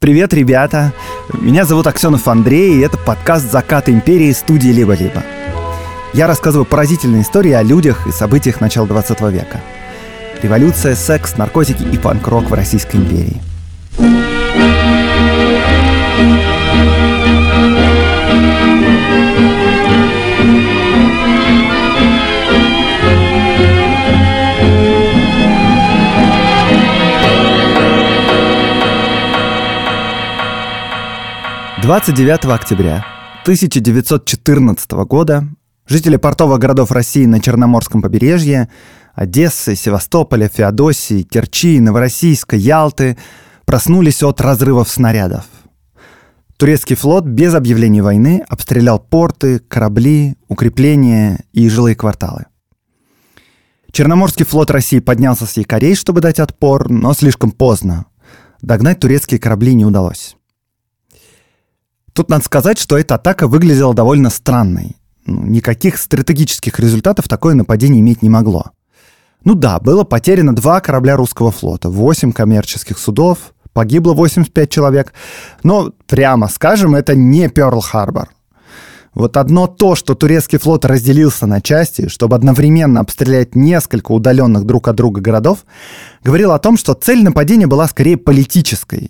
Привет, ребята! Меня зовут Аксенов Андрей, и это подкаст «Закат империи» студии «Либо-либо». Я рассказываю поразительные истории о людях и событиях начала 20 века. Революция, секс, наркотики и панк-рок в Российской империи. «29 октября 1914 года жители портовых городов России на Черноморском побережье – Одессы, Севастополя, Феодосии, Керчи, Новороссийска, Ялты – проснулись от разрывов снарядов. Турецкий флот без объявления войны обстрелял порты, корабли, укрепления и жилые кварталы. Черноморский флот России поднялся с якорей, чтобы дать отпор, но слишком поздно. Догнать турецкие корабли не удалось. Тут надо сказать, что эта атака выглядела довольно странной. Никаких стратегических результатов такое нападение иметь не могло. Было потеряно 2 корабля русского флота, 8 коммерческих судов, погибло 85 человек. Но, прямо скажем, это не Пёрл-Харбор. Вот одно то, что турецкий флот разделился на части, чтобы одновременно обстрелять несколько удаленных друг от друга городов, говорило о том, что цель нападения была скорее политической.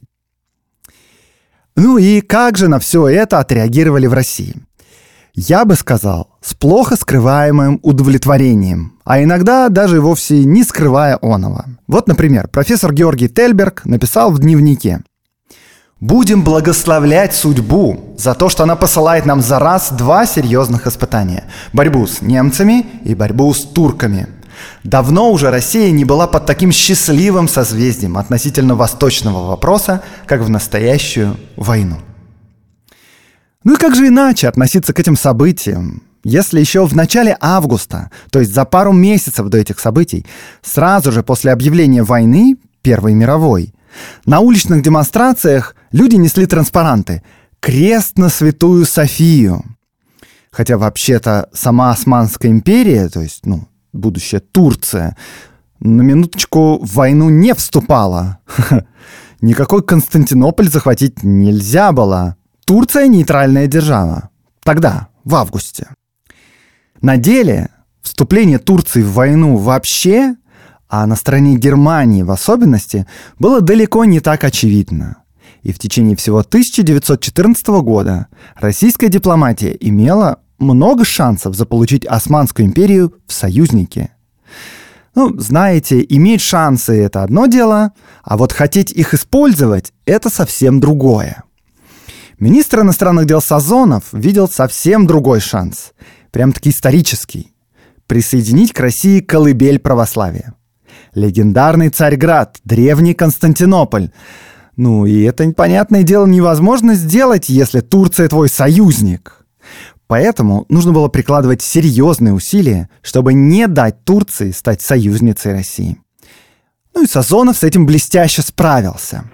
И как же на все это отреагировали в России? Я бы сказал, с плохо скрываемым удовлетворением, а иногда даже вовсе не скрывая оного. Вот, например, профессор Георгий Тельберг написал в дневнике: «Будем благословлять судьбу за то, что она посылает нам за раз 2 серьезных испытания – борьбу с немцами и борьбу с турками. Давно уже Россия не была под таким счастливым созвездием относительно восточного вопроса, как в настоящую войну». И как же иначе относиться к этим событиям, если еще в начале августа, то есть за пару месяцев до этих событий, сразу же после объявления войны, Первой мировой, на уличных демонстрациях люди несли транспаранты «Крест на Святую Софию». Хотя вообще-то сама Османская империя, то есть, будущая Турция, на минуточку в войну не вступала. Никакой Константинополь захватить нельзя было. Турция – нейтральная держава. Тогда, в августе. На деле, вступление Турции в войну вообще, а на стороне Германии в особенности, было далеко не так очевидно. И в течение всего 1914 года российская дипломатия имела много шансов заполучить Османскую империю в союзники. Знаете, иметь шансы – это одно дело, а вот хотеть их использовать – это совсем другое. Министр иностранных дел Сазонов видел совсем другой шанс, прям-таки исторический – присоединить к России колыбель православия. Легендарный Царьград, древний Константинополь. И это, понятное дело, невозможно сделать, если Турция твой союзник. Поэтому нужно было прикладывать серьезные усилия, чтобы не дать Турции стать союзницей России. И Сазонов с этим блестяще справился.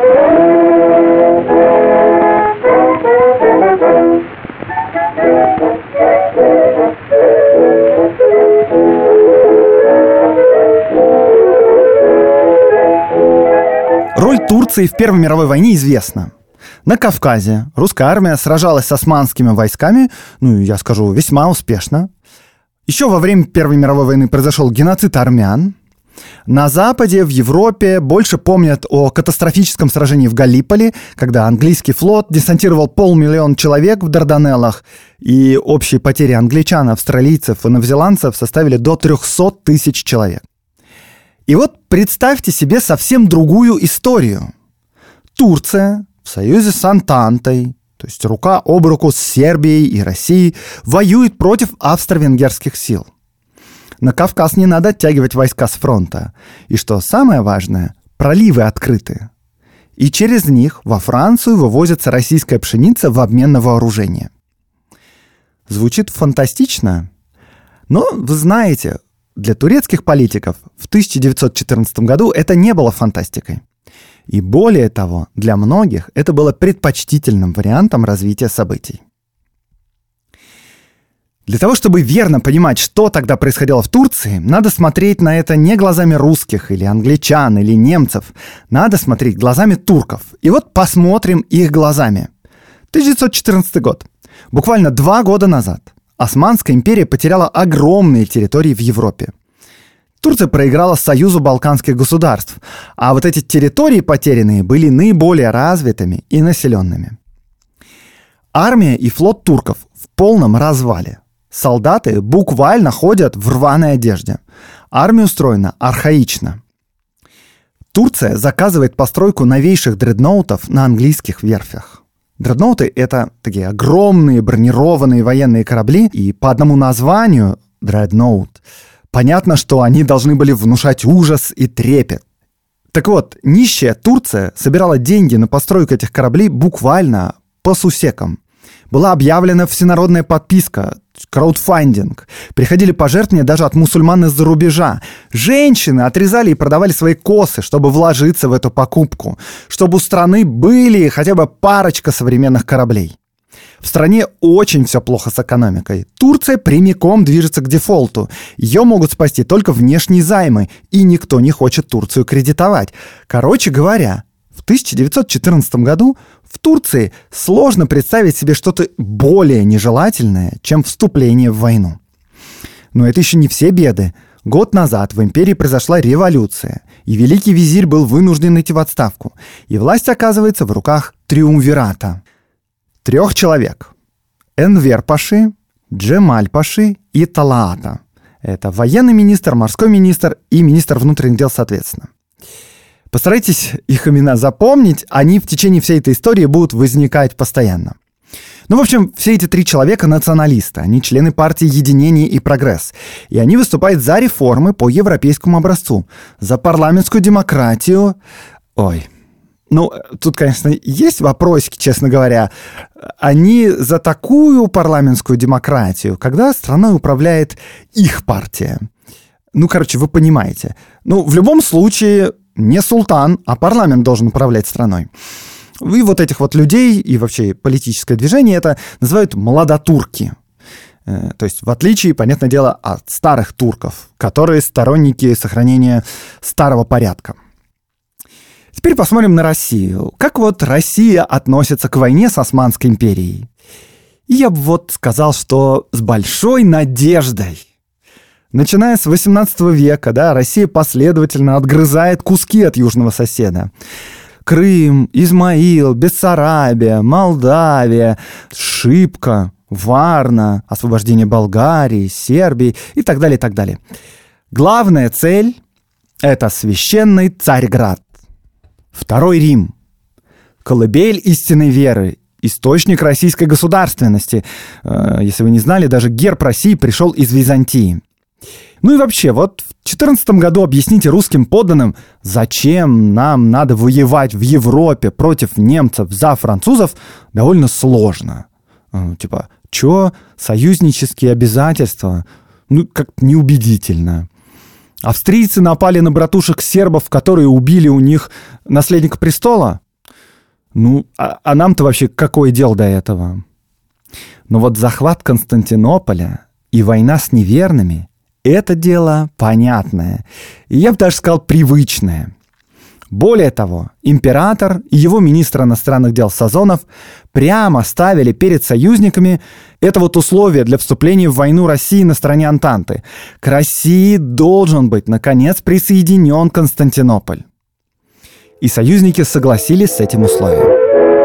Роль Турции в Первой мировой войне известна. На Кавказе русская армия сражалась с османскими войсками, я скажу, весьма успешно. Еще во время Первой мировой войны произошел геноцид армян. На Западе, в Европе, больше помнят о катастрофическом сражении в Галлиполи, когда английский флот десантировал 500 000 человек в Дарданеллах, и общие потери англичан, австралийцев и новозеландцев составили до 300 000 человек. И вот представьте себе совсем другую историю. Турция в союзе с Антантой, то есть рука об руку с Сербией и Россией, воюет против австро-венгерских сил. На Кавказ не надо оттягивать войска с фронта. И что самое важное, проливы открыты. И через них во Францию вывозится российская пшеница в обмен на вооружение. Звучит фантастично, но вы знаете, для турецких политиков в 1914 году это не было фантастикой. И более того, для многих это было предпочтительным вариантом развития событий. Для того, чтобы верно понимать, что тогда происходило в Турции, надо смотреть на это не глазами русских или англичан или немцев. Надо смотреть глазами турков. И вот посмотрим их глазами. 1914 год. Буквально 2 года назад Османская империя потеряла огромные территории в Европе. Турция проиграла Союзу Балканских государств, а вот эти территории потерянные были наиболее развитыми и населенными. Армия и флот турков в полном развале. Солдаты буквально ходят в рваной одежде. Армия устроена архаично. Турция заказывает постройку новейших дредноутов на английских верфях. Дредноуты — это такие огромные бронированные военные корабли, и по одному названию дредноут понятно, что они должны были внушать ужас и трепет. Так вот, нищая Турция собирала деньги на постройку этих кораблей буквально по сусекам. Была объявлена всенародная подписка, краудфандинг. Приходили пожертвования даже от мусульман из-за рубежа. Женщины отрезали и продавали свои косы, чтобы вложиться в эту покупку, чтобы у страны были хотя бы парочка современных кораблей. В стране очень все плохо с экономикой. Турция прямиком движется к дефолту. Ее могут спасти только внешние займы, и никто не хочет Турцию кредитовать. Короче говоря, в 1914 году в Турции сложно представить себе что-то более нежелательное, чем вступление в войну. Но это еще не все беды. Год назад в империи произошла революция, и великий визирь был вынужден идти в отставку. И власть оказывается в руках триумвирата. 3 человек. Энвер Паши, Джемаль Паши и Талаата. Это военный министр, морской министр и министр внутренних дел соответственно. Постарайтесь их имена запомнить, они в течение всей этой истории будут возникать постоянно. Ну, в общем, все эти 3 человека националисты, они члены партии «Единение и прогресс», и они выступают за реформы по европейскому образцу, за парламентскую демократию. Ну, тут, конечно, есть вопросики, честно говоря. Они за такую парламентскую демократию, когда страной управляет их партия. Ну, короче, вы понимаете. Ну, в любом случае, не султан, а парламент должен управлять страной. И вот этих вот людей, и вообще политическое движение, это называют молодотурки. То есть, в отличие, понятное дело, от старых турков, которые сторонники сохранения старого порядка. Теперь посмотрим на Россию. Как вот Россия относится к войне с Османской империей? И я бы вот сказал, что с большой надеждой. Начиная с 18 века, Россия последовательно отгрызает куски от южного соседа. Крым, Измаил, Бессарабия, Молдавия, Шипка, Варна, освобождение Болгарии, Сербии и так далее, и так далее. Главная цель – это священный Царьград. Второй Рим. Колыбель истинной веры. Источник российской государственности. Если вы не знали, даже герб России пришел из Византии. Ну и вообще, вот в 2014 году объясните русским подданным, зачем нам надо воевать в Европе против немцев за французов, довольно сложно. Чё? Союзнические обязательства? Ну, как-то неубедительно. Австрийцы напали на братушек сербов, которые убили у них наследника престола? Ну, а нам-то вообще какое дело до этого? Но вот захват Константинополя и война с неверными – это дело понятное. И я бы даже сказал, привычное. Более того, император и его министр иностранных дел Сазонов прямо ставили перед союзниками это вот условие для вступления в войну России на стороне Антанты. К России должен быть, наконец, присоединен Константинополь. И союзники согласились с этим условием.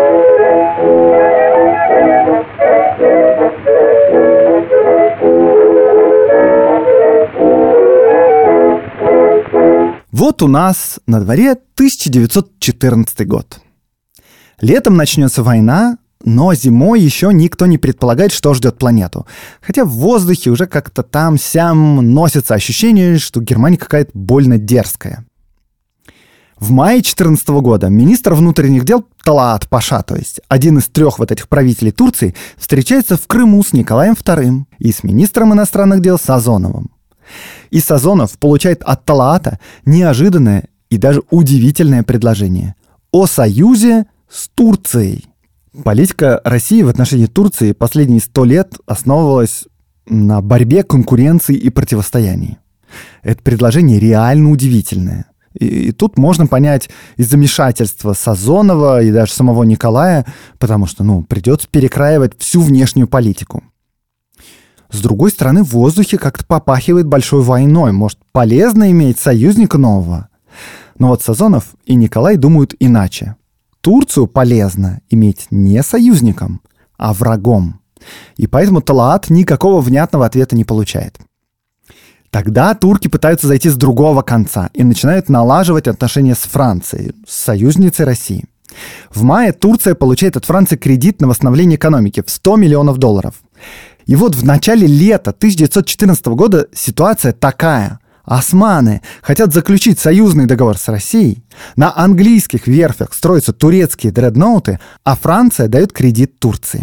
Вот у нас на дворе 1914 год. Летом начнется война, но зимой еще никто не предполагает, что ждет планету. Хотя в воздухе уже как-то там-сям носится ощущение, что Германия какая-то больно дерзкая. В мае 2014 года министр внутренних дел Талаат Паша, то есть один из 3 вот этих правителей Турции, встречается в Крыму с Николаем II и с министром иностранных дел Сазоновым. И Сазонов получает от Талаата неожиданное и даже удивительное предложение о союзе с Турцией. Политика России в отношении Турции последние 100 лет основывалась на борьбе, конкуренции и противостоянии. Это предложение реально удивительное. И тут можно понять из замешательства Сазонова и даже самого Николая, потому что, придется перекраивать всю внешнюю политику. С другой стороны, в воздухе как-то попахивает большой войной. Может, полезно иметь союзника нового? Но вот Сазонов и Николай думают иначе. Турцию полезно иметь не союзником, а врагом. И поэтому Талаат никакого внятного ответа не получает. Тогда турки пытаются зайти с другого конца и начинают налаживать отношения с Францией, с союзницей России. В мае Турция получает от Франции кредит на восстановление экономики в $100 миллионов. И вот в начале лета 1914 года ситуация такая. Османы хотят заключить союзный договор с Россией, на английских верфях строятся турецкие дредноуты, а Франция дает кредит Турции.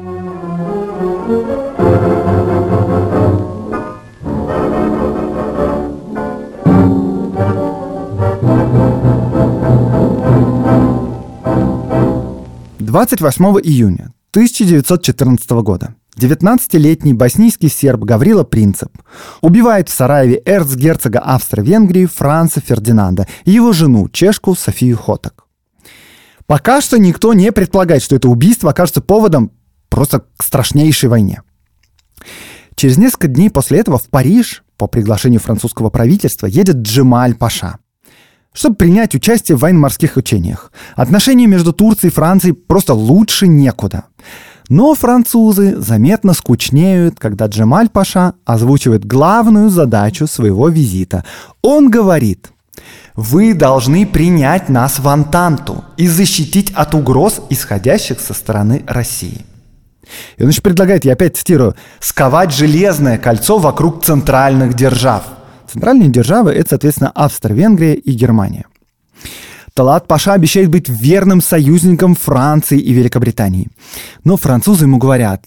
«28 июня 1914 года 19-летний боснийский серб Гаврила Принцеп убивает в Сараеве эрцгерцога Австро-Венгрии Франца Фердинанда и его жену, чешку Софию Хоток. Пока что никто не предполагает, что это убийство окажется поводом просто к страшнейшей войне. Через несколько дней после этого в Париж по приглашению французского правительства едет Джемаль-паша, чтобы принять участие в военно-морских учениях. Отношения между Турцией и Францией просто лучше некуда. Но французы заметно скучнеют, когда Джемаль-паша озвучивает главную задачу своего визита. Он говорит: «Вы должны принять нас в Антанту и защитить от угроз, исходящих со стороны России». И он еще предлагает, я опять цитирую, «сковать железное кольцо вокруг центральных держав». Центральные державы — это, соответственно, Австро-Венгрия и Германия. Талаат-паша обещает быть верным союзником Франции и Великобритании. Но французы ему говорят: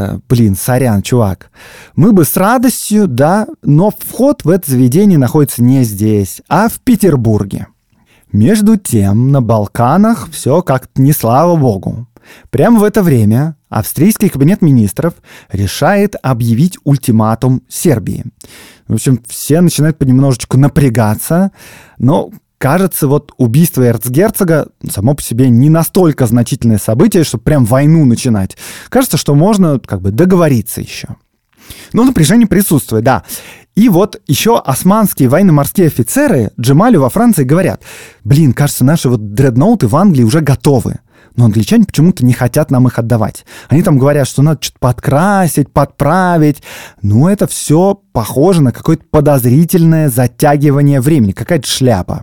сорян, чувак, мы бы с радостью, да, но вход в это заведение находится не здесь, а в Петербурге. Между тем, на Балканах все как-то не слава богу. Прямо в это время австрийский кабинет министров решает объявить ультиматум Сербии. В общем, все начинают понемножечку напрягаться, но кажется, вот убийство эрцгерцога само по себе не настолько значительное событие, чтобы прям войну начинать. Кажется, что можно договориться еще. Но напряжение присутствует, да. И вот еще османские военно-морские офицеры Джемалю во Франции говорят: кажется, наши дредноуты в Англии уже готовы. Но англичане почему-то не хотят нам их отдавать. Они там говорят, что надо что-то подкрасить, подправить. Это все похоже на какое-то подозрительное затягивание времени, какая-то шляпа.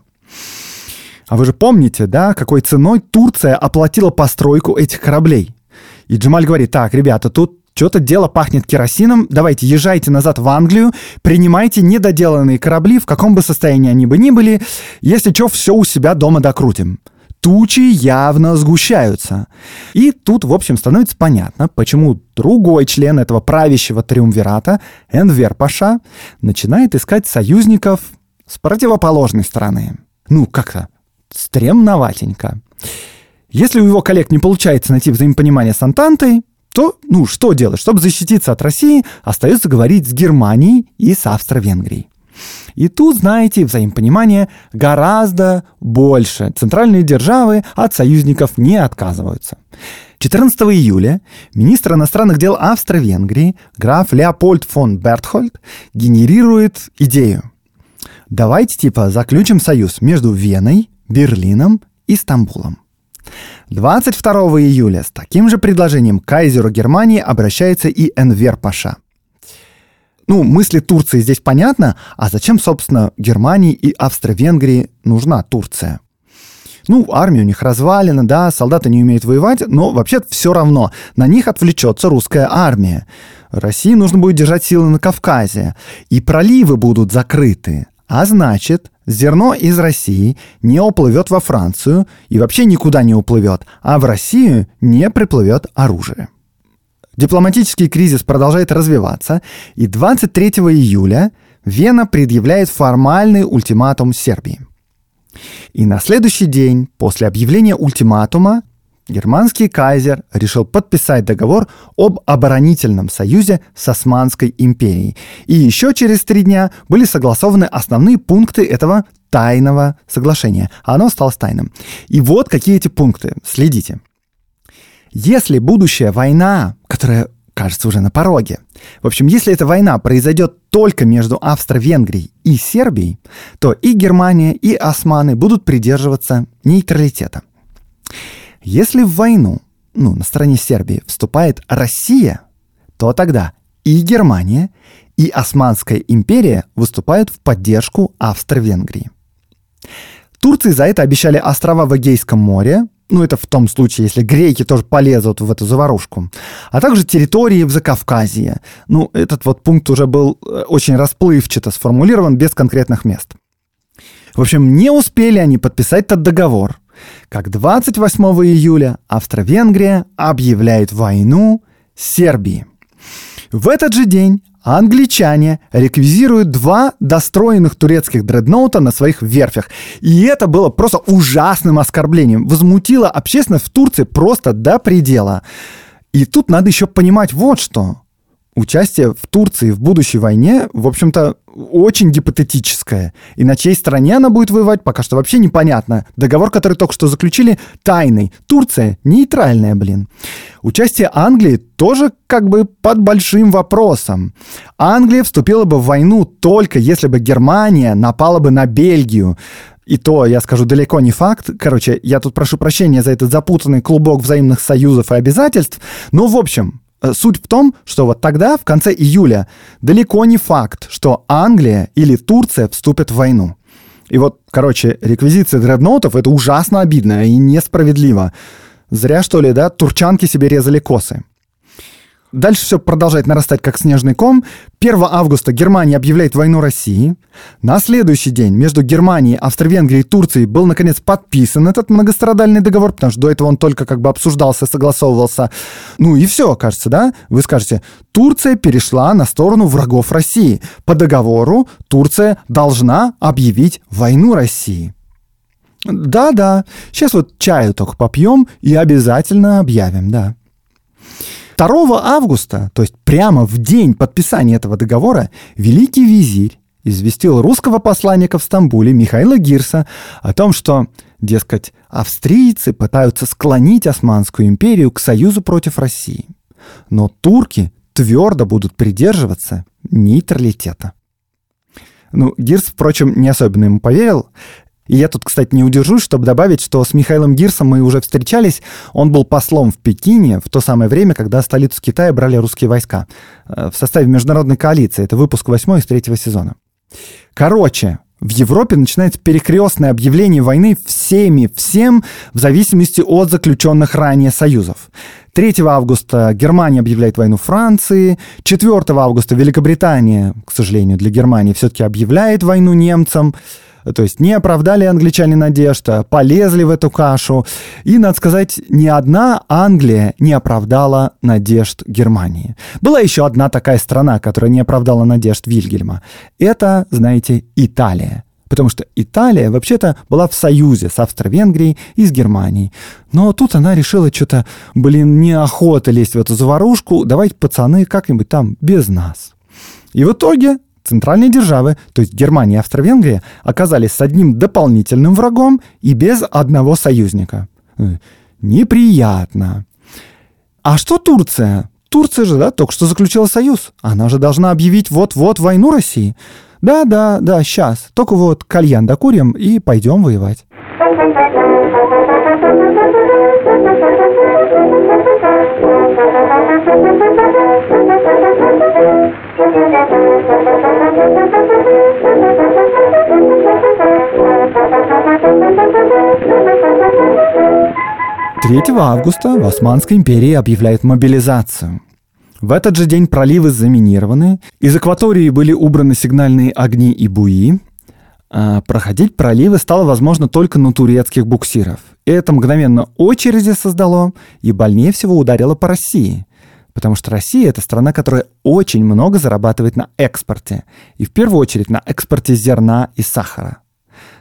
А вы же помните, да, какой ценой Турция оплатила постройку этих кораблей? И Джемаль говорит: так, ребята, тут что-то дело пахнет керосином, давайте езжайте назад в Англию, принимайте недоделанные корабли, в каком бы состоянии они бы ни были, если что, все у себя дома докрутим. Тучи явно сгущаются. И тут, в общем, становится понятно, почему другой член этого правящего триумвирата, Энвер-паша, начинает искать союзников с противоположной стороны. Как-то стремноватенько. Если у его коллег не получается найти взаимопонимание с Антантой, то, что делать? Чтобы защититься от России, остается говорить с Германией и с Австро-Венгрией. И тут, знаете, взаимопонимание гораздо больше. Центральные державы от союзников не отказываются. 14 июля министр иностранных дел Австро-Венгрии граф Леопольд фон Бертхольд генерирует идею. Давайте заключим союз между Веной, Берлином и Стамбулом. 22 июля с таким же предложением к кайзеру Германии обращается и Энвер-паша. Мысли Турции здесь понятно, а зачем, собственно, Германии и Австро-Венгрии нужна Турция? Армия у них развалена, да, солдаты не умеют воевать, но вообще-то все равно на них отвлечется русская армия. России нужно будет держать силы на Кавказе, и проливы будут закрыты. А значит, зерно из России не уплывет во Францию и вообще никуда не уплывет, а в Россию не приплывет оружие. Дипломатический кризис продолжает развиваться, и 23 июля Вена предъявляет формальный ультиматум Сербии. И на следующий день, после объявления ультиматума, германский кайзер решил подписать договор об оборонительном союзе с Османской империей. И еще через 3 дня были согласованы основные пункты этого тайного соглашения. Оно осталось тайным. И вот какие эти пункты. Следите. Если будущая война, которая, кажется, уже на пороге, в общем, если эта война произойдет только между Австро-Венгрией и Сербией, то и Германия, и османы будут придерживаться нейтралитета. Если в войну, на стороне Сербии вступает Россия, то тогда и Германия, и Османская империя выступают в поддержку Австро-Венгрии. Турции за это обещали острова в Эгейском море, это в том случае, если греки тоже полезут в эту заварушку, а также территории в Закавказье. Этот вот пункт уже был очень расплывчато сформулирован, без конкретных мест. В общем, не успели они подписать этот договор, как 28 июля Австро-Венгрия объявляет войну Сербии. В этот же день англичане реквизируют 2 достроенных турецких дредноута на своих верфях. И это было просто ужасным оскорблением. Возмутило общественность в Турции просто до предела. И тут надо еще понимать вот что. Участие в Турции в будущей войне, в общем-то, очень гипотетическое. И на чьей стороне она будет воевать, пока что вообще непонятно. Договор, который только что заключили, тайный. Турция нейтральная, Участие Англии тоже как бы под большим вопросом. Англия вступила бы в войну только если бы Германия напала бы на Бельгию. И то, я скажу, далеко не факт. Короче, я тут прошу прощения за этот запутанный клубок взаимных союзов и обязательств. Но, в общем, суть в том, что вот тогда, в конце июля, далеко не факт, что Англия или Турция вступят в войну. И вот, реквизиция дредноутов — это ужасно обидно и несправедливо. Зря, что ли, турчанки себе резали косы. Дальше все продолжает нарастать, как снежный ком. 1 августа Германия объявляет войну России. На следующий день между Германией, Австро-Венгрией и Турцией был, наконец, подписан этот многострадальный договор, потому что до этого он только обсуждался, согласовывался. И все, кажется, Вы скажете, Турция перешла на сторону врагов России. По договору Турция должна объявить войну России. Да, сейчас вот чаю только попьем и обязательно объявим, 2 августа, то есть прямо в день подписания этого договора, великий визирь известил русского посланника в Стамбуле Михаила Гирса о том, что, дескать, австрийцы пытаются склонить Османскую империю к союзу против России. Но турки твердо будут придерживаться нейтралитета. Гирс, впрочем, не особенно ему поверил. И я тут, кстати, не удержусь, чтобы добавить, что с Михаилом Гирсом мы уже встречались. Он был послом в Пекине в то самое время, когда столицу Китая брали русские войска в составе международной коалиции. Это выпуск 8 из 3 сезона. В Европе начинается перекрестное объявление войны всем, в зависимости от заключенных ранее союзов. 3 августа Германия объявляет войну Франции. 4 августа Великобритания, к сожалению, для Германии все-таки объявляет войну немцам. То есть не оправдали англичане надежд, полезли в эту кашу. И, надо сказать, ни одна Англия не оправдала надежд Германии. Была еще одна такая страна, которая не оправдала надежд Вильгельма. Это, знаете, Италия. Потому что Италия, вообще-то, была в союзе с Австро-Венгрией и с Германией. Но тут она решила что-то, неохота лезть в эту заварушку. Давайте, пацаны, как-нибудь там без нас. И в итоге центральные державы, то есть Германия и Австро-Венгрия, оказались с одним дополнительным врагом и без одного союзника. Неприятно. А что Турция? Турция же, только что заключила союз. Она же должна объявить вот-вот войну России. Да, сейчас. Только вот кальян докурим и пойдем воевать. 3 августа в Османской империи объявляют мобилизацию. В этот же день проливы заминированы, из акватории были убраны сигнальные огни и буи. Проходить проливы стало возможно только на турецких буксиров. И это мгновенно очереди создало и больнее всего ударило по России. Потому что Россия — это страна, которая очень много зарабатывает на экспорте. И в первую очередь на экспорте зерна и сахара.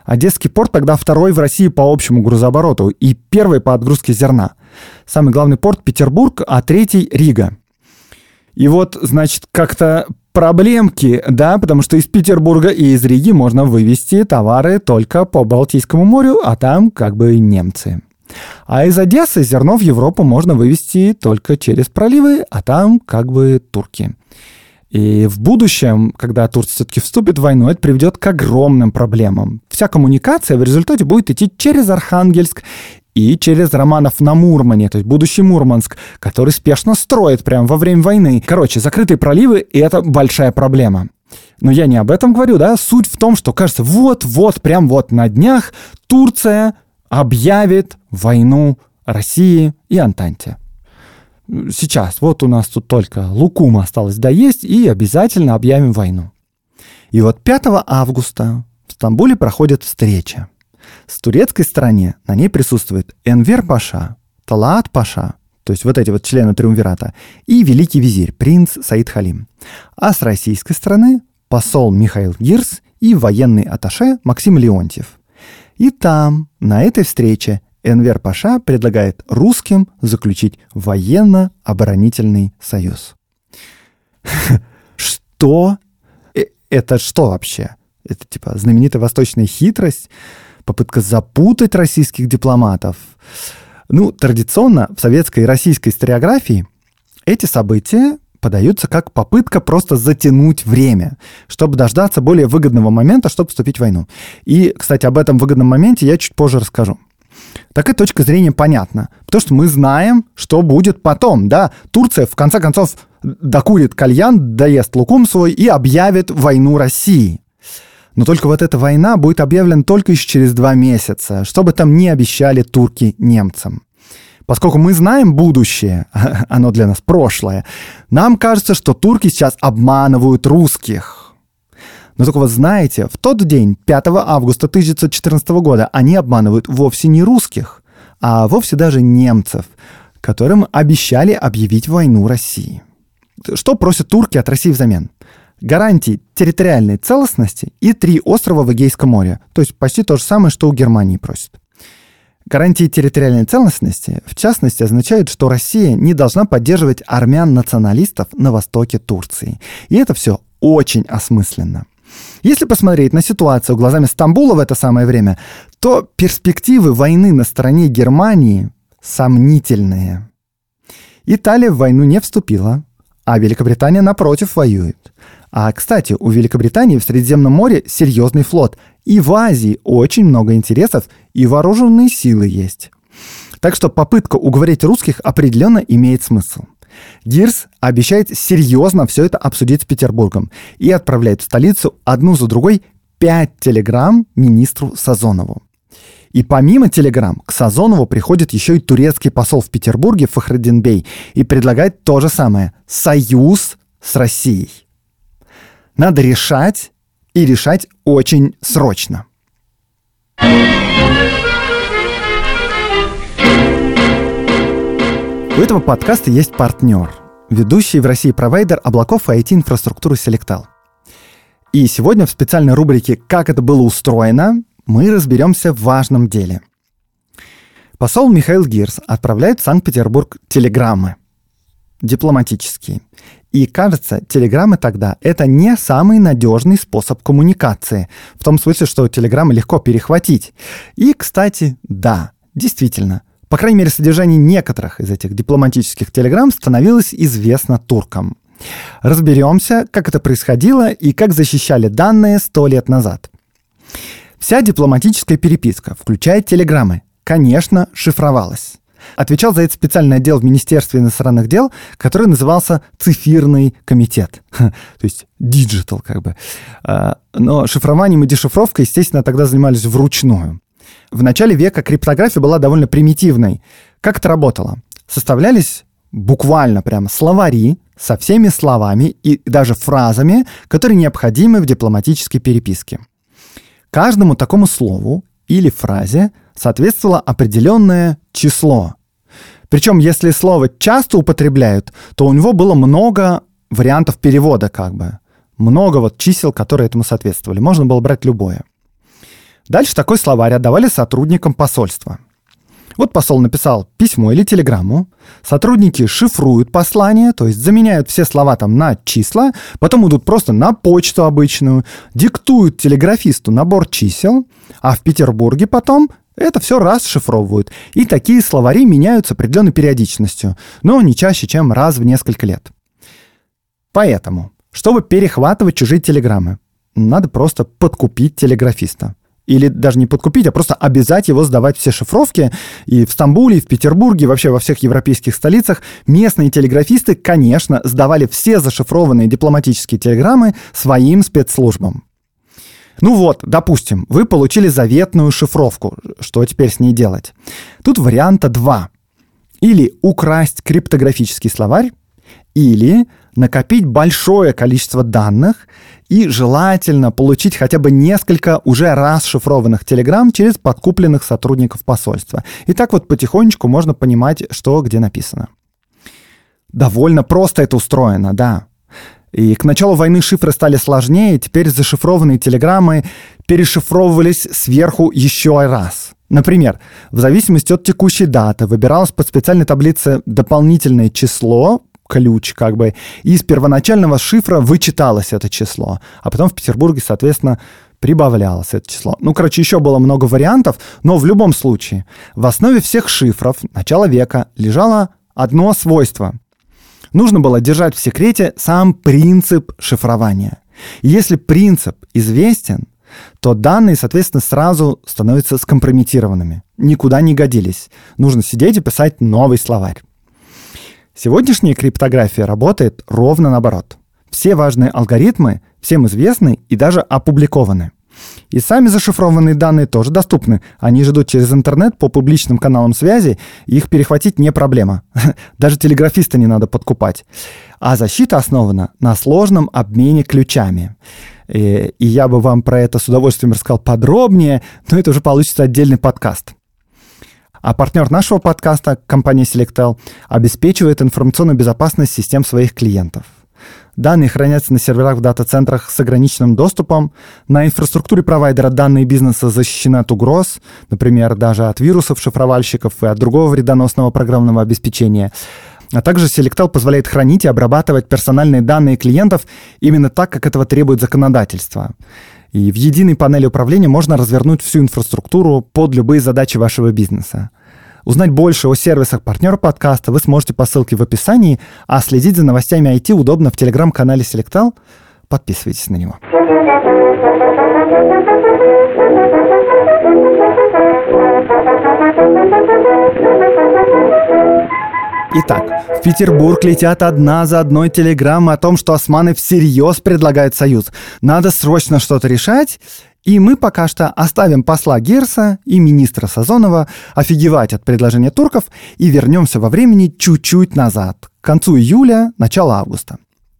Одесский порт тогда второй в России по общему грузообороту и первый по отгрузке зерна. Самый главный порт — Петербург, а третий — Рига. И вот, значит, как-то проблемки, да, потому что из Петербурга и из Риги можно вывезти товары только по Балтийскому морю, а там как бы немцы. А из Одессы зерно в Европу можно вывезти только через проливы, а там как бы турки. И в будущем, когда Турция все-таки вступит в войну, это приведет к огромным проблемам. Вся коммуникация в результате будет идти через Архангельск и через Романов на Мурмане, то есть будущий Мурманск, который спешно строит прямо во время войны. Короче, закрытые проливы — и это большая проблема. Но я не об этом говорю, да? Суть в том, что, кажется, вот-вот, прям вот на днях Турция объявит войну России и Антанте. Сейчас, вот у нас тут только лукум осталось доесть, и обязательно объявим войну. И вот 5 августа в Стамбуле проходит встреча. С турецкой стороны на ней присутствует Энвер Паша, Талаат Паша, то есть вот эти вот члены триумвирата, и великий визирь, принц Саид Халим. А с российской стороны посол Михаил Гирс и военный атташе Максим Леонтьев. И там, на этой встрече, Энвер Паша предлагает русским заключить военно-оборонительный союз. Что? Это что вообще? Это типа знаменитая восточная хитрость? Попытка запутать российских дипломатов? Ну, традиционно в советской и российской историографии эти события подаются как попытка просто затянуть время, чтобы дождаться более выгодного момента, чтобы вступить в войну. И, кстати, об этом выгодном моменте я чуть позже расскажу. Такая точка зрения понятна, потому что мы знаем, что будет потом, да. Турция, в конце концов, докурит кальян, доест лукум свой и объявит войну России. Но только вот эта война будет объявлена только еще через 2 месяца, что бы там ни обещали турки немцам. Поскольку мы знаем будущее, оно для нас прошлое, нам кажется, что турки сейчас обманывают русских. Но только вот знаете, в тот день, 5 августа 1914 года, они обманывают вовсе не русских, а вовсе даже немцев, которым обещали объявить войну России. Что просят турки от России взамен? Гарантии территориальной целостности и 3 острова в Эгейском море. То есть почти то же самое, что у Германии просят. Гарантии территориальной целостности, в частности, означают, что Россия не должна поддерживать армян-националистов на востоке Турции. И это все очень осмысленно. Если посмотреть на ситуацию глазами Стамбула в это самое время, то перспективы войны на стороне Германии сомнительные. Италия в войну не вступила, а Великобритания, напротив, воюет. А, кстати, у Великобритании в Средиземном море серьезный флот. И в Азии очень много интересов, и вооруженные силы есть. Так что попытка уговорить русских определенно имеет смысл. Гирс обещает серьезно все это обсудить с Петербургом и отправляет в столицу одну за другой 5 телеграмм министру Сазонову. И помимо телеграмм к Сазонову приходит еще и турецкий посол в Петербурге Фахреддин Бей и предлагает то же самое – союз с Россией. Надо решать, и решать очень срочно. У этого подкаста есть партнер, ведущий в России провайдер облаков и IT-инфраструктуры Selectal. И сегодня в специальной рубрике «Как это было устроено» мы разберемся в важном деле. Посол Михаил Гирс отправляет в Санкт-Петербург телеграммы дипломатические. И, кажется, телеграммы тогда — это не самый надежный способ коммуникации. В том смысле, что телеграммы легко перехватить. И, кстати, да, действительно, по крайней мере, содержание некоторых из этих дипломатических телеграмм становилось известно туркам. Разберемся, как это происходило и как защищали данные 100 лет назад. Вся дипломатическая переписка, включая телеграммы, конечно, шифровалась. Отвечал за это специальный отдел в Министерстве иностранных дел, который назывался «Цифирный комитет». То есть digital как бы. Но шифрованием и дешифровкой, естественно, тогда занимались вручную. В начале века криптография была довольно примитивной. Как это работало? Составлялись буквально прямо словари со всеми словами и даже фразами, которые необходимы в дипломатической переписке. Каждому такому слову или фразе соответствовало определенное число. Причем, если слово часто употребляют, то у него было много вариантов перевода как бы. Много вот чисел, которые этому соответствовали. Можно было брать любое. Дальше такой словарь отдавали сотрудникам посольства. Вот посол написал письмо или телеграмму, сотрудники шифруют послание, то есть заменяют все слова там на числа, потом идут просто на почту обычную, диктуют телеграфисту набор чисел, а в Петербурге потом это все расшифровывают. И такие словари меняются с определенной периодичностью, но не чаще, чем раз в несколько лет. Поэтому, чтобы перехватывать чужие телеграммы, надо просто подкупить телеграфиста. Или даже не подкупить, а просто обязать его сдавать все шифровки. И в Стамбуле, и в Петербурге, и вообще во всех европейских столицах местные телеграфисты, конечно, сдавали все зашифрованные дипломатические телеграммы своим спецслужбам. Ну вот, допустим, вы получили заветную шифровку. Что теперь с ней делать? Тут варианта два. Или украсть криптографический словарь, или накопить большое количество данных и желательно получить хотя бы несколько уже расшифрованных телеграмм через подкупленных сотрудников посольства. И так вот потихонечку можно понимать, что где написано. Довольно просто это устроено, да. И к началу войны шифры стали сложнее, теперь зашифрованные телеграммы перешифровывались сверху еще раз. Например, в зависимости от текущей даты выбиралось по специальной таблице дополнительное число, ключ как бы, и из первоначального шифра вычиталось это число, а потом в Петербурге, соответственно, прибавлялось это число. Ну, короче, еще было много вариантов, но в любом случае в основе всех шифров начала века лежало одно свойство. Нужно было держать в секрете сам принцип шифрования. И если принцип известен, то данные, соответственно, сразу становятся скомпрометированными. Никуда не годились. Нужно сидеть и писать новый словарь. Сегодняшняя криптография работает ровно наоборот. Все важные алгоритмы всем известны и даже опубликованы. И сами зашифрованные данные тоже доступны. Они же идут через интернет по публичным каналам связи, и их перехватить не проблема. Даже телеграфиста не надо подкупать. А защита основана на сложном обмене ключами. И я бы вам про это с удовольствием рассказал подробнее, но это уже получится отдельный подкаст. А партнер нашего подкаста, компания Selectel, обеспечивает информационную безопасность систем своих клиентов. Данные хранятся на серверах в дата-центрах с ограниченным доступом. На инфраструктуре провайдера данные бизнеса защищены от угроз, например, даже от вирусов, шифровальщиков и от другого вредоносного программного обеспечения. А также Selectel позволяет хранить и обрабатывать персональные данные клиентов именно так, как этого требует законодательство. И в единой панели управления можно развернуть всю инфраструктуру под любые задачи вашего бизнеса. Узнать больше о сервисах партнера подкаста вы сможете по ссылке в описании, а следить за новостями IT удобно в телеграм-канале Selectel. Подписывайтесь на него. Итак, в Петербург летят одна за одной телеграммы о том, что османы всерьез предлагают союз. Надо срочно что-то решать, и мы пока что оставим посла Гирса и министра Сазонова офигевать от предложения турков и вернемся во времени чуть-чуть назад, к концу июля, начало августа.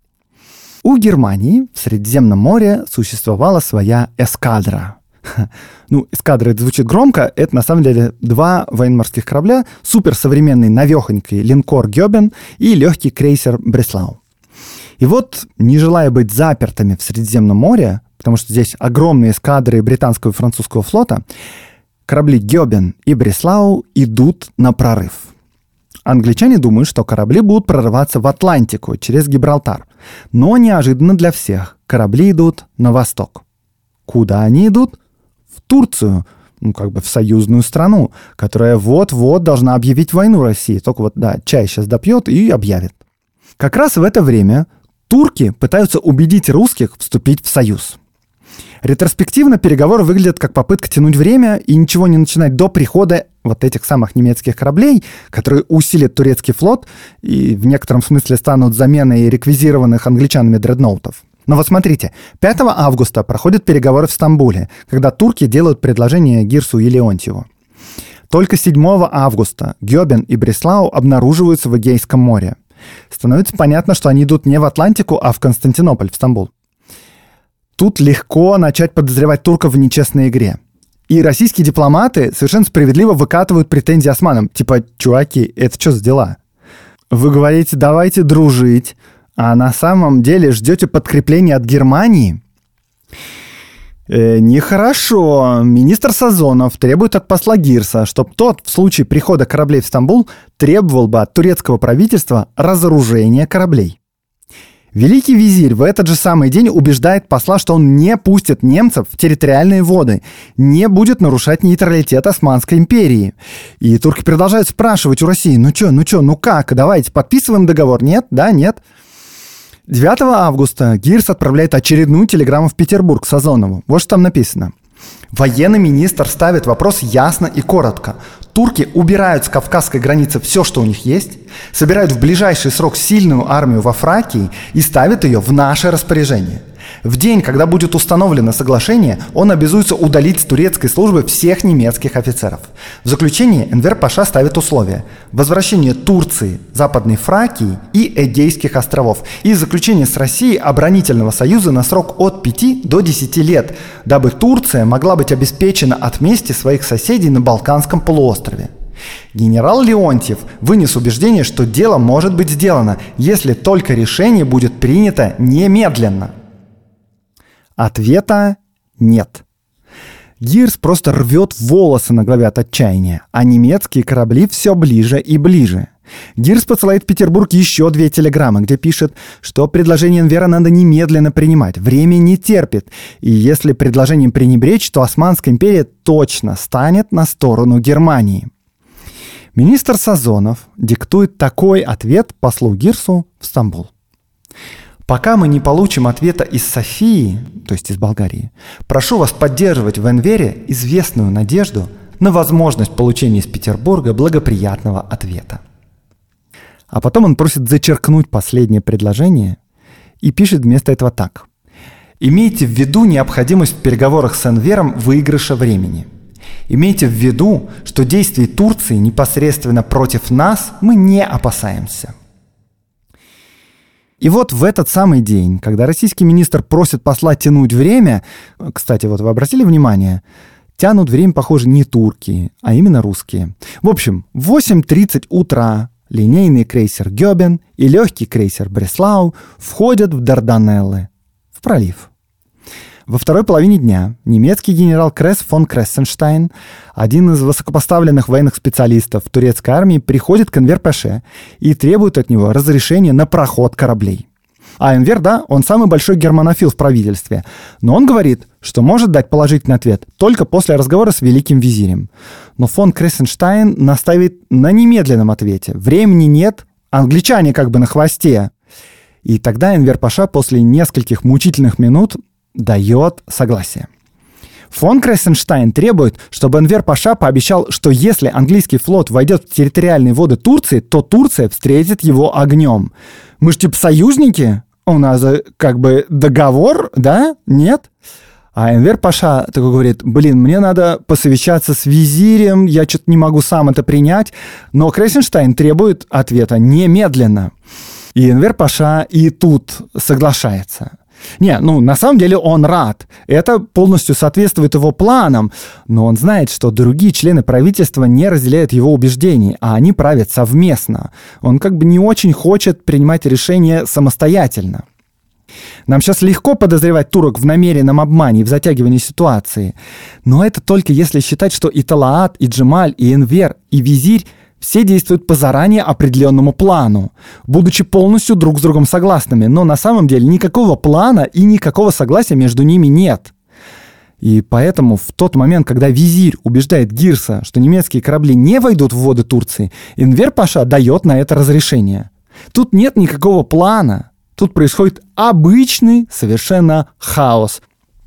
У Германии в Средиземном море существовала своя эскадра. Ну, эскадра, это звучит громко, это на самом деле два военно-морских корабля, суперсовременный навехонький линкор «Гёбен» и легкий крейсер «Бреслау». И вот, не желая быть запертыми в Средиземном море, потому что здесь огромные эскадры британского и французского флота, корабли «Гёбен» и «Бреслау» идут на прорыв. Англичане думают, что корабли будут прорываться в Атлантику через Гибралтар. Но неожиданно для всех корабли идут на восток. Куда они идут? В Турцию, как бы в союзную страну, которая вот-вот должна объявить войну России. Только вот, да, чай сейчас допьет и объявит. Как раз в это время турки пытаются убедить русских вступить в союз. Ретроспективно переговоры выглядят как попытка тянуть время и ничего не начинать до прихода вот этих самых немецких кораблей, которые усилят турецкий флот и в некотором смысле станут заменой реквизированных англичанами дредноутов. Но вот смотрите, 5 августа проходят переговоры в Стамбуле, когда турки делают предложение Гирсу и Леонтьеву. Только 7 августа Гёбен и Бреслау обнаруживаются в Эгейском море. Становится понятно, что они идут не в Атлантику, а в Константинополь, в Стамбул. Тут легко начать подозревать турков в нечестной игре. И российские дипломаты совершенно справедливо выкатывают претензии османам. Типа, чуваки, это что за дела? Вы говорите, давайте дружить, а на самом деле ждете подкрепления от Германии? Нехорошо. Министр Сазонов требует от посла Гирса, чтобы тот в случае прихода кораблей в Стамбул требовал бы от турецкого правительства разоружения кораблей. Великий визирь в этот же самый день убеждает посла, что он не пустит немцев в территориальные воды, не будет нарушать нейтралитет Османской империи. И турки продолжают спрашивать у России: ну как, давайте подписываем договор? Нет, да, нет. 9 августа Гирс отправляет очередную телеграмму в Петербург Сазонову. Вот что там написано. Военный министр ставит вопрос ясно и коротко. Турки убирают с кавказской границы все, что у них есть, собирают в ближайший срок сильную армию во Фракии и ставят ее в наше распоряжение. В день, когда будет установлено соглашение, он обязуется удалить с турецкой службы всех немецких офицеров. В заключение Энвер Паша ставит условия: возвращение Турции, Западной Фракии и Эгейских островов и заключение с Россией оборонительного союза на срок от 5 до 10 лет, дабы Турция могла быть обеспечена от мести своих соседей на Балканском полуострове. Генерал Леонтьев вынес убеждение, что дело может быть сделано, если только решение будет принято немедленно. Ответа нет. Гирс просто рвет волосы на голове от отчаяния, а немецкие корабли все ближе и ближе. Гирс посылает в Петербург еще 2 телеграммы, где пишет, что предложение Энвера надо немедленно принимать, время не терпит, и если предложением пренебречь, то Османская империя точно станет на сторону Германии. Министр Сазонов диктует такой ответ послу Гирсу в Стамбул. Пока мы не получим ответа из Софии, то есть из Болгарии, прошу вас поддерживать в Энвере известную надежду на возможность получения из Петербурга благоприятного ответа. А потом он просит зачеркнуть последнее предложение и пишет вместо этого так. Имейте в виду необходимость в переговорах с Энвером выигрыша времени. Имейте в виду, что действий Турции непосредственно против нас мы не опасаемся. И вот в этот самый день, когда российский министр просит посла тянуть время, кстати, вот вы обратили внимание, тянут время, похоже, не турки, а именно русские. В общем, в 8:30 утра линейный крейсер «Гёбен» и легкий крейсер «Бреслау» входят в Дарданеллы, в пролив. Во второй половине дня немецкий генерал Кресс фон Крессенштайн, один из высокопоставленных военных специалистов турецкой армии, приходит к Энвер Паше и требует от него разрешения на проход кораблей. А Энвер, да, он самый большой германофил в правительстве, но он говорит, что может дать положительный ответ только после разговора с великим визирем. Но фон Крессенштайн настаивает на немедленном ответе. Времени нет, англичане как бы на хвосте. И тогда Энвер Паша после нескольких мучительных минут дает согласие. Фон Крессенштайн требует, чтобы Энвер Паша пообещал, что если английский флот войдет в территориальные воды Турции, то Турция встретит его огнем. Мы ж типа союзники? У нас как бы договор, да? Нет? А Энвер Паша такой говорит: мне надо посовещаться с визирем, я что-то не могу сам это принять. Но Крессенштайн требует ответа немедленно. И Энвер Паша и тут соглашается. На самом деле он рад. Это полностью соответствует его планам. Но он знает, что другие члены правительства не разделяют его убеждений, а они правят совместно. Он как бы не очень хочет принимать решения самостоятельно. Нам сейчас легко подозревать турок в намеренном обмане и в затягивании ситуации. Но это только если считать, что и Талаат, и Джемаль, и Энвер, и визирь все действуют по заранее определенному плану, будучи полностью друг с другом согласными, но на самом деле никакого плана и никакого согласия между ними нет. И поэтому в тот момент, когда визирь убеждает Гирса, что немецкие корабли не войдут в воды Турции, Энвер Паша дает на это разрешение. Тут нет никакого плана, тут происходит обычный совершенно хаос.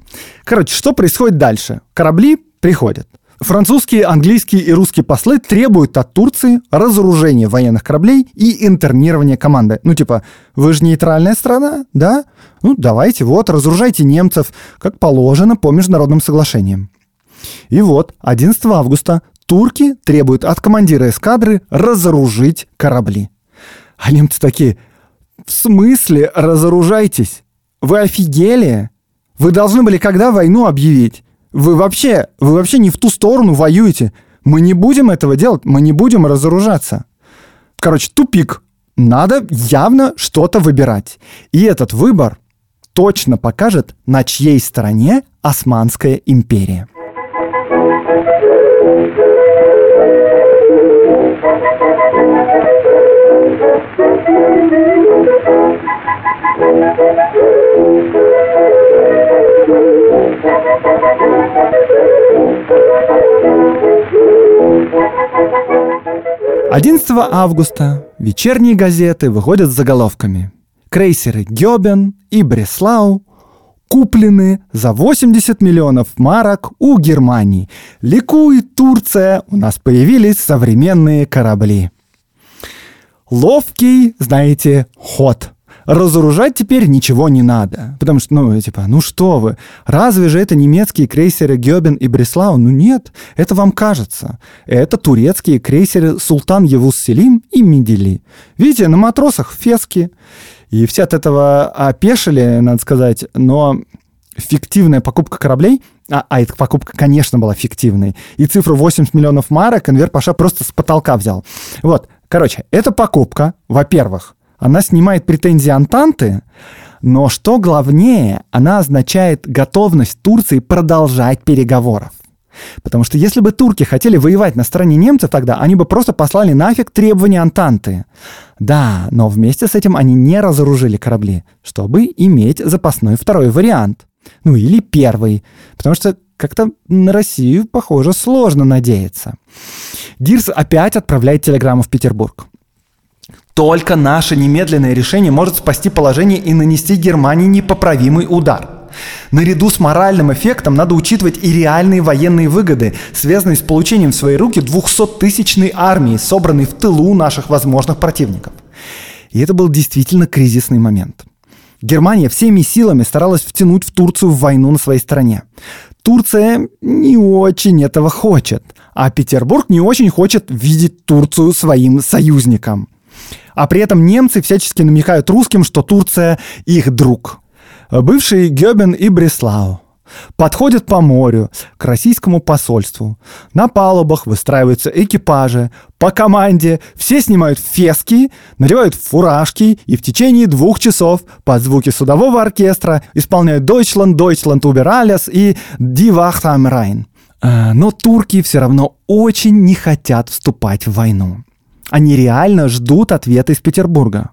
Что происходит дальше? Корабли приходят. Французские, английские и русские послы требуют от Турции разоружения военных кораблей и интернирования команды. Вы же нейтральная страна, да? Давайте, разоружайте немцев, как положено по международным соглашениям. И 11 августа турки требуют от командира эскадры разоружить корабли. А немцы такие: в смысле разоружайтесь? Вы офигели? Вы должны были когда войну объявить? Вы вообще не в ту сторону воюете. Мы не будем этого делать, мы не будем разоружаться. Тупик. Надо явно что-то выбирать. И этот выбор точно покажет, на чьей стороне Османская империя. «11 августа вечерние газеты выходят с заголовками: крейсеры Гёбен и Бреслау куплены за 80 миллионов марок у Германии. Ликует Турция, у нас появились современные корабли». Ловкий, знаете, ход. Разоружать теперь ничего не надо. Потому что, ну что вы, разве же это немецкие крейсеры Гёбен и Бреслау? Ну нет, это вам кажется. Это турецкие крейсеры Султан Явуз Селим и Мидели. Видите, на матросах фески. И все от этого опешили, надо сказать, но фиктивная покупка кораблей, эта покупка, конечно, была фиктивной, и цифру 80 миллионов марок Энвер Паша просто с потолка взял. Вот, короче, эта покупка, во-первых, она снимает претензии Антанты, но что главнее, она означает готовность Турции продолжать переговоров. Потому что если бы турки хотели воевать на стороне немцев тогда, они бы просто послали нафиг требования Антанты. Да, но вместе с этим они не разоружили корабли, чтобы иметь запасной второй вариант. Ну или первый, потому что как-то на Россию, похоже, сложно надеяться. Гирс опять отправляет телеграмму в Петербург. Только наше немедленное решение может спасти положение и нанести Германии непоправимый удар. Наряду с моральным эффектом надо учитывать и реальные военные выгоды, связанные с получением в свои руки 200-тысячной армии, собранной в тылу наших возможных противников. И это был действительно кризисный момент. Германия всеми силами старалась втянуть в Турцию в войну на своей стороне. Турция не очень этого хочет, а Петербург не очень хочет видеть Турцию своим союзником. А при этом немцы всячески намекают русским, что Турция их друг. Бывшие Гёбен и Бреслау подходят по морю к российскому посольству. На палубах выстраиваются экипажи. По команде все снимают фески, надевают фуражки и в течение 2 часов под звуки судового оркестра исполняют «Deutschland, Deutschland über alles» и «Die Wacht am Rhein». Но турки все равно очень не хотят вступать в войну. Они реально ждут ответа из Петербурга.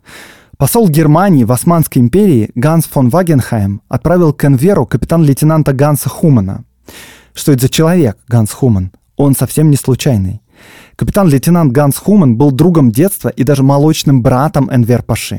Посол Германии в Османской империи Ганс фон Вагенхайм отправил к Энверу капитан-лейтенанта Ганса Хумана. Что это за человек, Ганс Хуман? Он совсем не случайный. Капитан-лейтенант Ганс Хуман был другом детства и даже молочным братом Энвер Паши.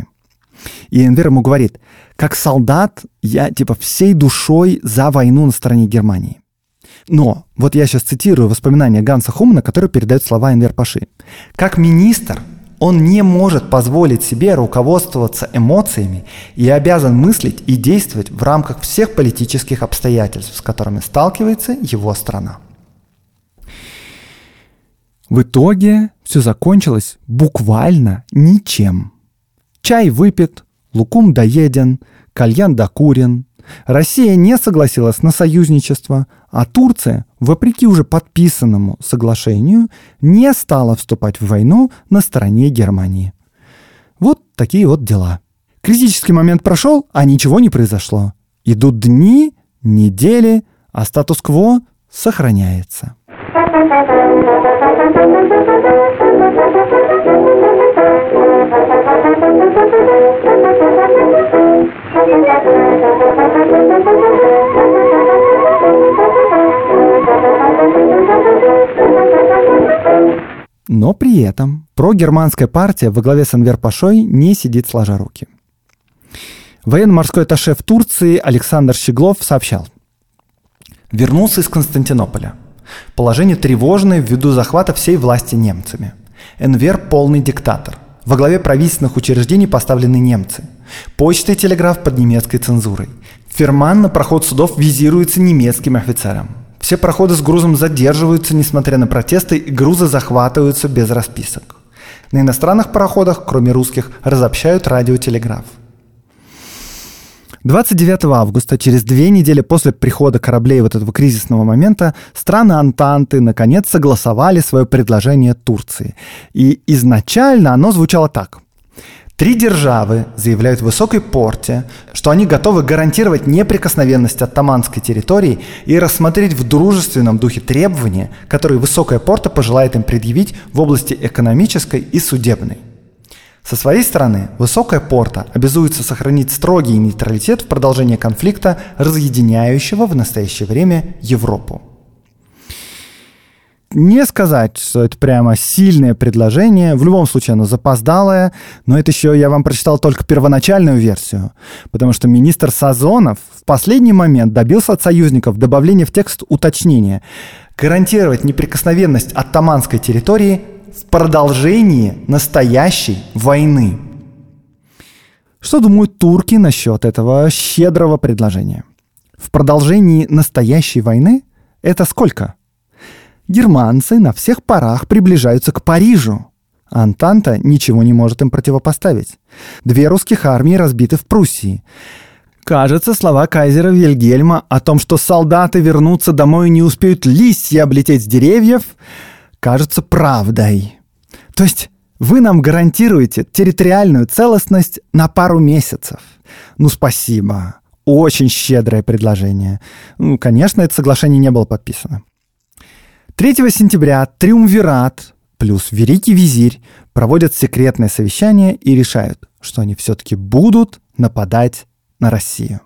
И Энвер ему говорит: как солдат я всей душой за войну на стороне Германии. Но, вот я сейчас цитирую воспоминания Ганса Хумана, который передает слова Энвер Паши. Как министр он не может позволить себе руководствоваться эмоциями и обязан мыслить и действовать в рамках всех политических обстоятельств, с которыми сталкивается его страна. В итоге все закончилось буквально ничем. Чай выпит, лукум доеден, кальян докурен. Россия не согласилась на союзничество, а Турция, вопреки уже подписанному соглашению, не стала вступать в войну на стороне Германии. Вот такие вот дела. Критический момент прошел, а ничего не произошло. Идут дни, недели, а статус-кво сохраняется. Но при этом прогерманская партия во главе с Энвер Пашой не сидит сложа руки. Военно-морской атташе в Турции Александр Щеглов сообщал: вернулся из Константинополя. Положение тревожное ввиду захвата всей власти немцами. Энвер полный диктатор. Во главе правительственных учреждений поставлены немцы. Почта и телеграф под немецкой цензурой. Ферман на проход судов визируется немецким офицером. Все проходы с грузом задерживаются, несмотря на протесты, и грузы захватываются без расписок. На иностранных пароходах, кроме русских, разобщают радиотелеграф. 29 августа, через 2 недели после прихода кораблей вот этого кризисного момента, страны Антанты наконец согласовали свое предложение Турции. И изначально оно звучало так. 3 державы заявляют в Высокой Порте, что они готовы гарантировать неприкосновенность оттоманской территории и рассмотреть в дружественном духе требования, которые Высокая Порта пожелает им предъявить в области экономической и судебной. Со своей стороны, Высокая Порта обязуется сохранить строгий нейтралитет в продолжении конфликта, разъединяющего в настоящее время Европу. Не сказать, что это прямо сильное предложение, в любом случае оно запоздалое, но это еще я вам прочитал только первоначальную версию, потому что министр Сазонов в последний момент добился от союзников добавления в текст уточнения гарантировать неприкосновенность оттоманской территории в продолжении настоящей войны. Что думают турки насчет этого щедрого предложения? В продолжении настоящей войны это сколько? Германцы на всех парах приближаются к Парижу. Антанта ничего не может им противопоставить. 2 русских армии разбиты в Пруссии. Кажется, слова кайзера Вильгельма о том, что солдаты вернутся домой и не успеют листья облететь с деревьев, кажется правдой. То есть вы нам гарантируете территориальную целостность на пару месяцев. Ну, спасибо. Очень щедрое предложение. Ну, конечно, это соглашение не было подписано. 3 сентября Триумвират плюс Великий Визирь проводят секретное совещание и решают, что они все-таки будут нападать на Россию.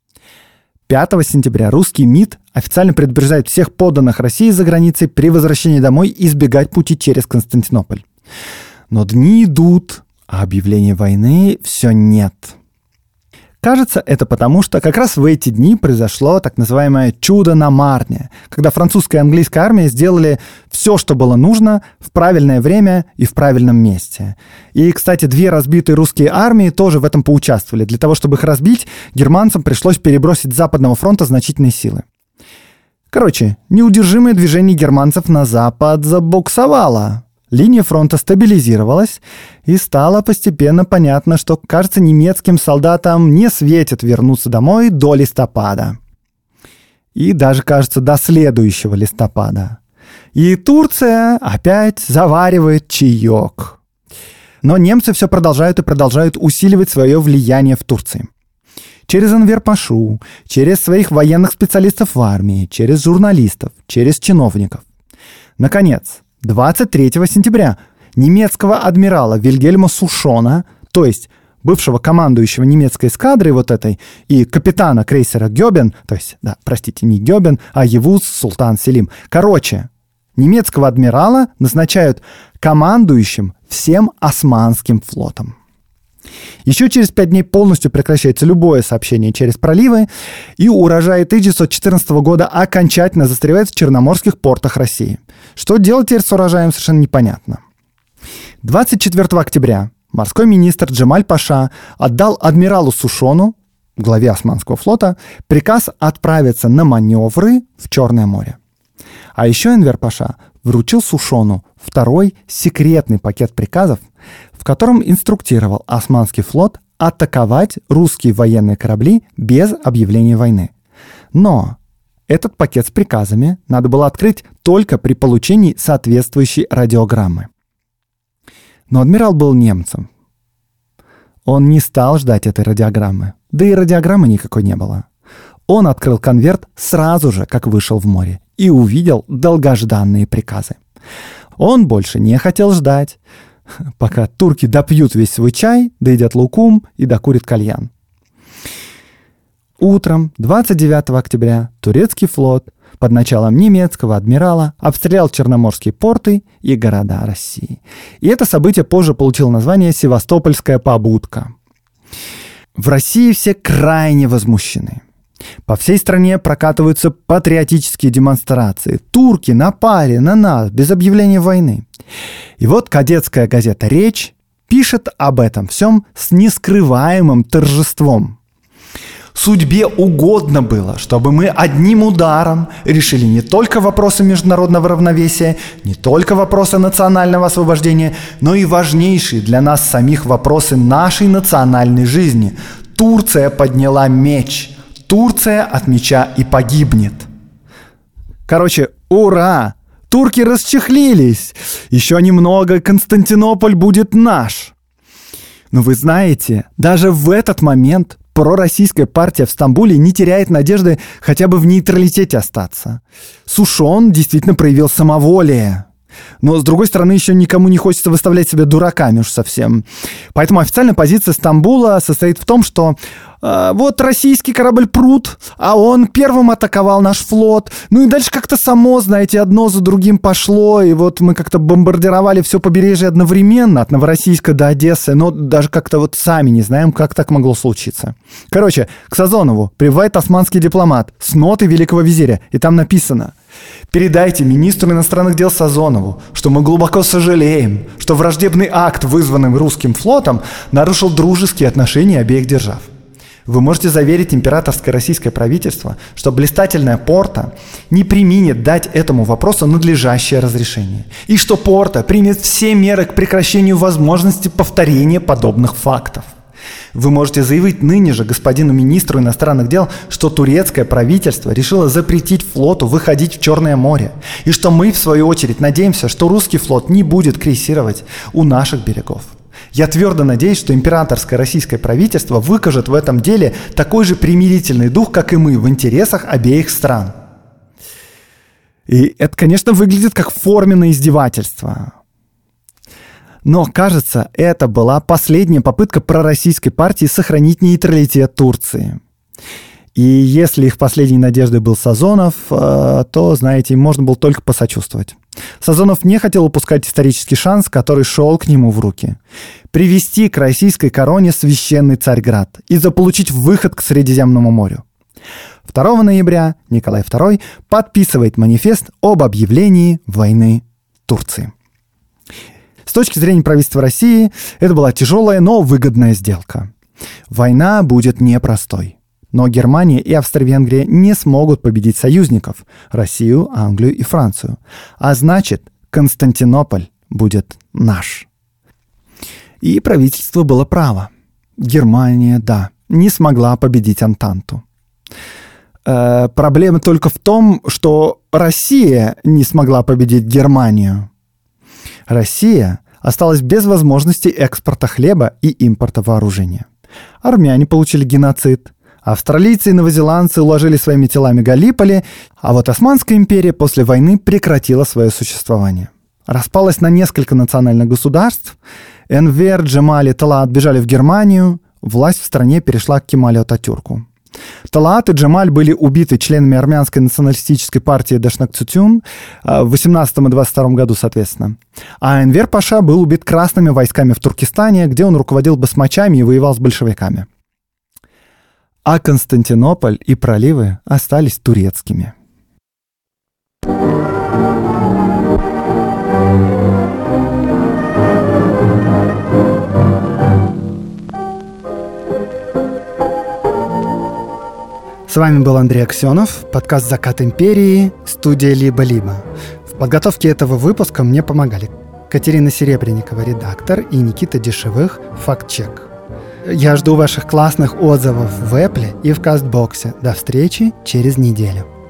5 сентября русский МИД официально предупреждает всех подданных России за границей при возвращении домой избегать пути через Константинополь. Но дни идут, а объявления войны все нет. Кажется, это потому, что как раз в эти дни произошло так называемое «чудо на Марне», когда французская и английская армия сделали все, что было нужно, в правильное время и в правильном месте. И, кстати, 2 разбитые русские армии тоже в этом поучаствовали. Для того, чтобы их разбить, германцам пришлось перебросить с Западного фронта значительные силы. Короче, неудержимое движение германцев на запад забуксовало. Линия фронта стабилизировалась, и стало постепенно понятно, что, кажется, немецким солдатам не светит вернуться домой до листопада. И даже, кажется, до следующего листопада. И Турция опять заваривает чаек. Но немцы все продолжают и продолжают усиливать свое влияние в Турции. Через Энвер-Пашу, через своих военных специалистов в армии, через журналистов, через чиновников. Наконец, 23 сентября немецкого адмирала Вильгельма Сушона, то есть бывшего командующего немецкой эскадрой вот этой, и капитана крейсера Гёбен, то есть, да, простите, не Гёбен, а Евуз Султан Селим. Короче, немецкого адмирала назначают командующим всем Османским флотом. Еще через 5 дней полностью прекращается любое сообщение через проливы, и урожай 1914 года окончательно застревает в черноморских портах России. Что делать теперь с урожаем, совершенно непонятно. 24 октября морской министр Джемаль-Паша отдал адмиралу Сушону, главе Османского флота, приказ отправиться на маневры в Черное море. А еще Энвер-Паша вручил Сушону 2-й секретный пакет приказов, в котором инструктировал Османский флот атаковать русские военные корабли без объявления войны. Но этот пакет с приказами надо было открыть только при получении соответствующей радиограммы. Но адмирал был немцем. Он не стал ждать этой радиограммы, да и радиограммы никакой не было. Он открыл конверт сразу же, как вышел в море, и увидел долгожданные приказы. Он больше не хотел ждать, пока турки допьют весь свой чай, доедят лукум и докурят кальян. Утром 29 октября турецкий флот под началом немецкого адмирала обстрелял черноморские порты и города России. И это событие позже получило название «Севастопольская побудка». В России все крайне возмущены. По всей стране прокатываются патриотические демонстрации. Турки напали на нас без объявления войны. И вот кадетская газета «Речь» пишет об этом всем с нескрываемым торжеством. Судьбе угодно было, чтобы мы одним ударом решили не только вопросы международного равновесия, не только вопросы национального освобождения, но и важнейшие для нас самих вопросы нашей национальной жизни. Турция подняла меч. Турция от меча и погибнет. Короче, ура! Турки расчехлились. Еще немного, Константинополь будет наш. Но вы знаете, даже в этот момент пророссийская партия в Стамбуле не теряет надежды хотя бы в нейтралитете остаться. Сушон действительно проявил самоволие. Но, с другой стороны, еще никому не хочется выставлять себя дураками уж совсем. Поэтому официальная позиция Стамбула состоит в том, что вот российский корабль «Прут», а он первым атаковал наш флот. Ну и дальше как-то само, знаете, одно за другим пошло. И вот мы как-то бомбардировали все побережье одновременно, от Новороссийска до Одессы. Но даже как-то вот сами не знаем, как так могло случиться. Короче, к Сазонову прибывает османский дипломат с нотой великого визиря. И там написано: «Передайте министру иностранных дел Сазонову, что мы глубоко сожалеем, что враждебный акт, вызванный русским флотом, нарушил дружеские отношения обеих держав. Вы можете заверить императорское российское правительство, что блистательная Порта не преминет дать этому вопросу надлежащее разрешение, и что Порта примет все меры к прекращению возможности повторения подобных фактов. Вы можете заявить ныне же господину министру иностранных дел, что турецкое правительство решило запретить флоту выходить в Черное море, и что мы, в свою очередь, надеемся, что русский флот не будет крейсировать у наших берегов. Я твердо надеюсь, что императорское российское правительство выкажет в этом деле такой же примирительный дух, как и мы, в интересах обеих стран». И это, конечно, выглядит как форменное издевательство. Но, кажется, это была последняя попытка пророссийской партии сохранить нейтралитет Турции. И если их последней надеждой был Сазонов, то, знаете, им можно было только посочувствовать. Сазонов не хотел упускать исторический шанс, который шел к нему в руки. Привести к российской короне священный Царьград и заполучить выход к Средиземному морю. 2 ноября Николай II подписывает манифест об объявлении войны Турции. С точки зрения правительства России, это была тяжелая, но выгодная сделка. Война будет непростой. Но Германия и Австро-Венгрия не смогут победить союзников – Россию, Англию и Францию. А значит, Константинополь будет наш. И правительство было право. Германия, да, не смогла победить Антанту. Проблема только в том, что Россия не смогла победить Германию. Россия осталась без возможности экспорта хлеба и импорта вооружения. Армяне получили геноцид. Австралийцы и новозеландцы уложили своими телами Галлиполи, а вот Османская империя после войны прекратила свое существование. Распалась на несколько национальных государств. Энвер, Джемаль и Талаат бежали в Германию. Власть в стране перешла к Кемалю Ататюрку. Талаат и Джемаль были убиты членами армянской националистической партии Дашнак-Цутюн в 18 и 22 году, соответственно. А Энвер Паша был убит красными войсками в Туркестане, где он руководил басмачами и воевал с большевиками. А Константинополь и проливы остались турецкими. С вами был Андрей Аксенов, подкаст «Закат империи», студия «Либо-либо». В подготовке этого выпуска мне помогали Катерина Серебренникова, редактор, и Никита Дешевых, факт-чек. Я жду ваших классных отзывов в Apple и в Кастбоксе. До встречи через неделю.